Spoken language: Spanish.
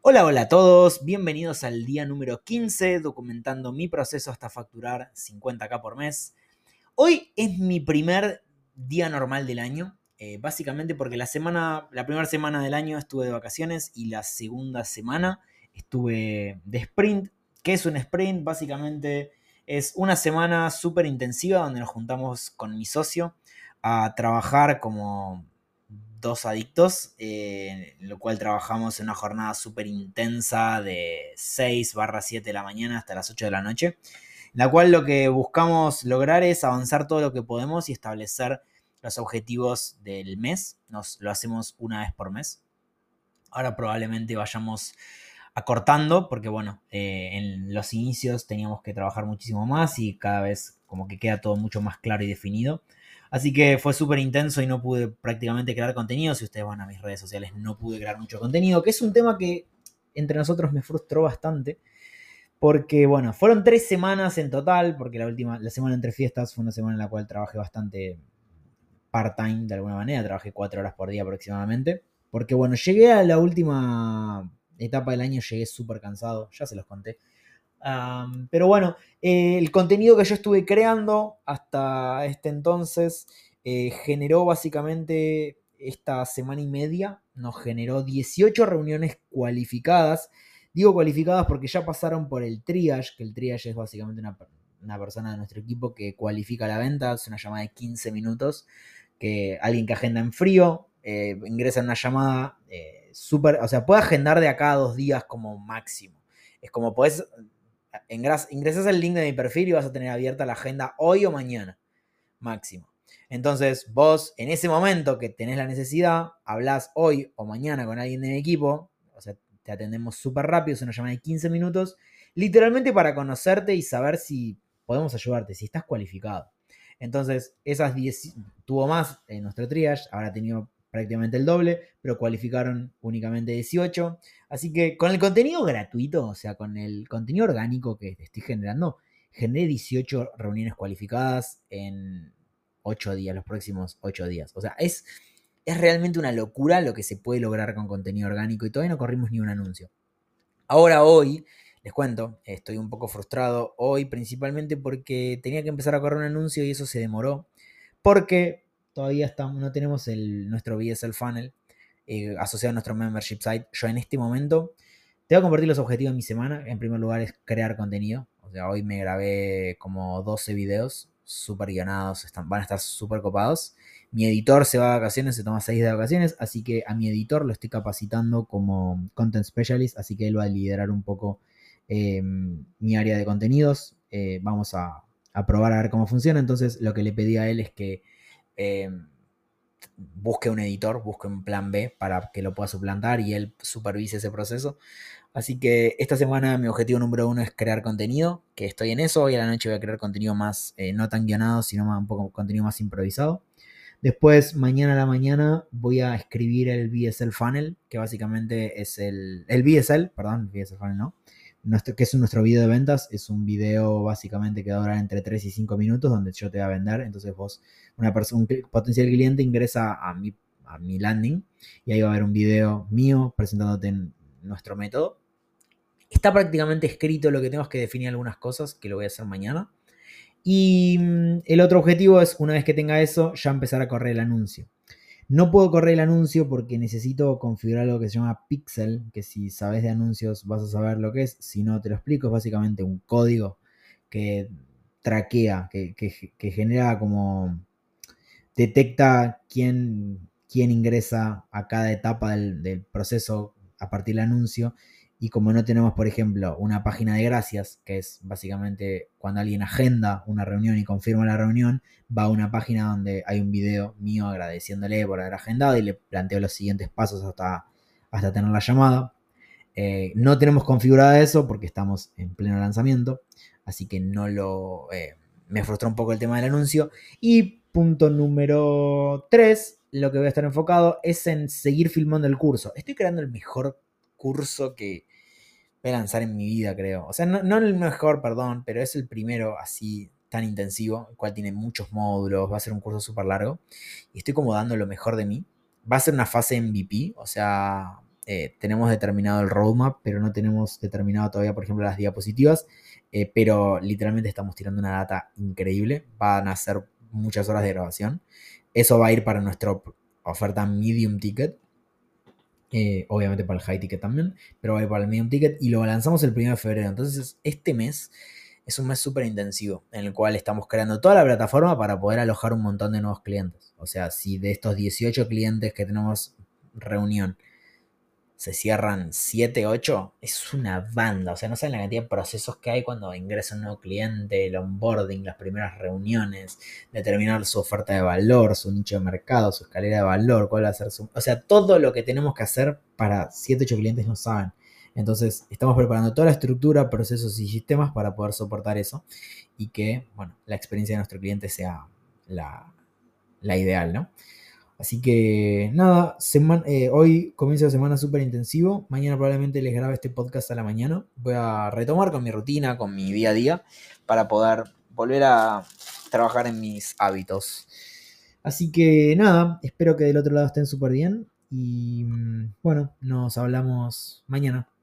Hola, hola a todos, bienvenidos al día número 15, documentando mi proceso hasta facturar 50K por mes. Hoy es mi primer día normal del año, básicamente porque la primera semana del año estuve de vacaciones y la segunda semana estuve de sprint. ¿Qué es un sprint? Básicamente es una semana súper intensiva donde nos juntamos con mi socio a trabajar como dos adictos, en lo cual trabajamos en una jornada súper intensa de 6/7 de la mañana hasta las 8 de la noche, en la cual lo que buscamos lograr es avanzar todo lo que podemos y establecer los objetivos del mes. Lo hacemos una vez por mes. Ahora probablemente vayamos acortando porque bueno, en los inicios teníamos que trabajar muchísimo más y cada vez como que queda todo mucho más claro y definido. Así que fue súper intenso y no pude prácticamente crear contenido. Si ustedes van a mis redes sociales, no pude crear mucho contenido, que es un tema que entre nosotros me frustró bastante. Porque, bueno, fueron 3 semanas en total, porque la semana entre fiestas fue una semana en la cual trabajé bastante part-time de alguna manera, trabajé 4 horas por día aproximadamente. Porque, bueno, llegué a la última etapa del año, llegué súper cansado, ya se los conté. Pero bueno, el contenido que yo estuve creando hasta este entonces generó básicamente esta semana y media, nos generó 18 reuniones cualificadas. Digo cualificadas porque ya pasaron por el triage, que el triage es básicamente una persona de nuestro equipo que cualifica la venta, es una llamada de 15 minutos, que alguien que agenda en frío, ingresa en una llamada súper, o sea, puede agendar de acá a 2 días como máximo. Es como podés ingresas el link de mi perfil y vas a tener abierta la agenda hoy o mañana, máximo. Entonces, vos en ese momento que tenés la necesidad, hablás hoy o mañana con alguien de mi equipo, o sea, te atendemos súper rápido, es una llamada de 15 minutos, literalmente para conocerte y saber si podemos ayudarte, si estás cualificado. Entonces, esas 10 tuvo más en nuestro triage, habrá tenido prácticamente el doble, pero cualificaron únicamente 18. Así que con el contenido gratuito, o sea, con el contenido orgánico que estoy generando, generé 18 reuniones cualificadas en 8 días, los próximos 8 días. O sea, es realmente una locura lo que se puede lograr con contenido orgánico y todavía no corrimos ni un anuncio. Ahora hoy, les cuento, estoy un poco frustrado hoy principalmente porque tenía que empezar a correr un anuncio y eso se demoró porque todavía no tenemos nuestro VSL funnel asociado a nuestro membership site. Yo en este momento te voy a compartir los objetivos de mi semana. En primer lugar es crear contenido. O sea, hoy me grabé como 12 videos súper guionados, van a estar súper copados. Mi editor se va de vacaciones, se toma 6 de vacaciones, así que a mi editor lo estoy capacitando como content specialist, así que él va a liderar un poco mi área de contenidos. Vamos a probar a ver cómo funciona. Entonces lo que le pedí a él es que eh, busque un editor, busque un plan B para que lo pueda suplantar y él supervise ese proceso. Así que esta semana mi objetivo número 1 es crear contenido, que estoy en eso. Hoy a la noche voy a crear contenido más, no tan guionado, sino un poco contenido más improvisado. Después, mañana a la mañana, voy a escribir el VSL Funnel, que básicamente es el VSL, perdón, el VSL Funnel no, que es nuestro video de ventas. Es un video básicamente que va a durar entre 3 y 5 minutos, donde yo te voy a vender. Entonces vos, un potencial cliente ingresa a mi landing y ahí va a haber un video mío presentándote nuestro método. Está prácticamente escrito, lo que tengo es que definir algunas cosas, que lo voy a hacer mañana. Y el otro objetivo es, una vez que tenga eso, ya empezar a correr el anuncio. No puedo correr el anuncio porque necesito configurar algo que se llama Pixel, que si sabes de anuncios vas a saber lo que es. Si no, te lo explico. Es básicamente un código que traquea, que genera como... detecta quién ingresa a cada etapa del proceso a partir del anuncio. Y como no tenemos, por ejemplo, una página de gracias, que es básicamente cuando alguien agenda una reunión y confirma la reunión, va a una página donde hay un video mío agradeciéndole por haber agendado y le planteo los siguientes pasos hasta tener la llamada. No tenemos configurado eso porque estamos en pleno lanzamiento, así que no lo... me frustró un poco el tema del anuncio. Y punto número 3, lo que voy a estar enfocado es en seguir filmando el curso. Estoy creando el mejor curso que voy a lanzar en mi vida, creo. O sea, no el mejor, perdón, pero es el primero así tan intensivo, el cual tiene muchos módulos, va a ser un curso súper largo. Y estoy como dando lo mejor de mí. Va a ser una fase MVP, o sea, tenemos determinado el roadmap, pero no tenemos determinado todavía, por ejemplo, las diapositivas. Pero literalmente estamos tirando una data increíble. Van a ser muchas horas de grabación. Eso va a ir para nuestra oferta medium ticket. Obviamente para el high ticket también, pero va a ir para el medium ticket y lo lanzamos el 1 de febrero. Entonces, este mes es un mes súper intensivo en el cual estamos creando toda la plataforma para poder alojar un montón de nuevos clientes. O sea, si de estos 18 clientes que tenemos reunión se cierran 7 8 es una banda. O sea, no saben la cantidad de procesos que hay cuando ingresa un nuevo cliente, el onboarding, las primeras reuniones, determinar su oferta de valor, su nicho de mercado, su escalera de valor, cuál va a ser su... O sea, todo lo que tenemos que hacer para 7 8 clientes no saben. Entonces, estamos preparando toda la estructura, procesos y sistemas para poder soportar eso y que, bueno, la experiencia de nuestro cliente sea la ideal, ¿no? Así que nada, hoy comienzo la semana súper intensivo. Mañana probablemente les grabe este podcast a la mañana. Voy a retomar con mi rutina, con mi día a día, para poder volver a trabajar en mis hábitos. Así que nada, espero que del otro lado estén súper bien. Y bueno, nos hablamos mañana.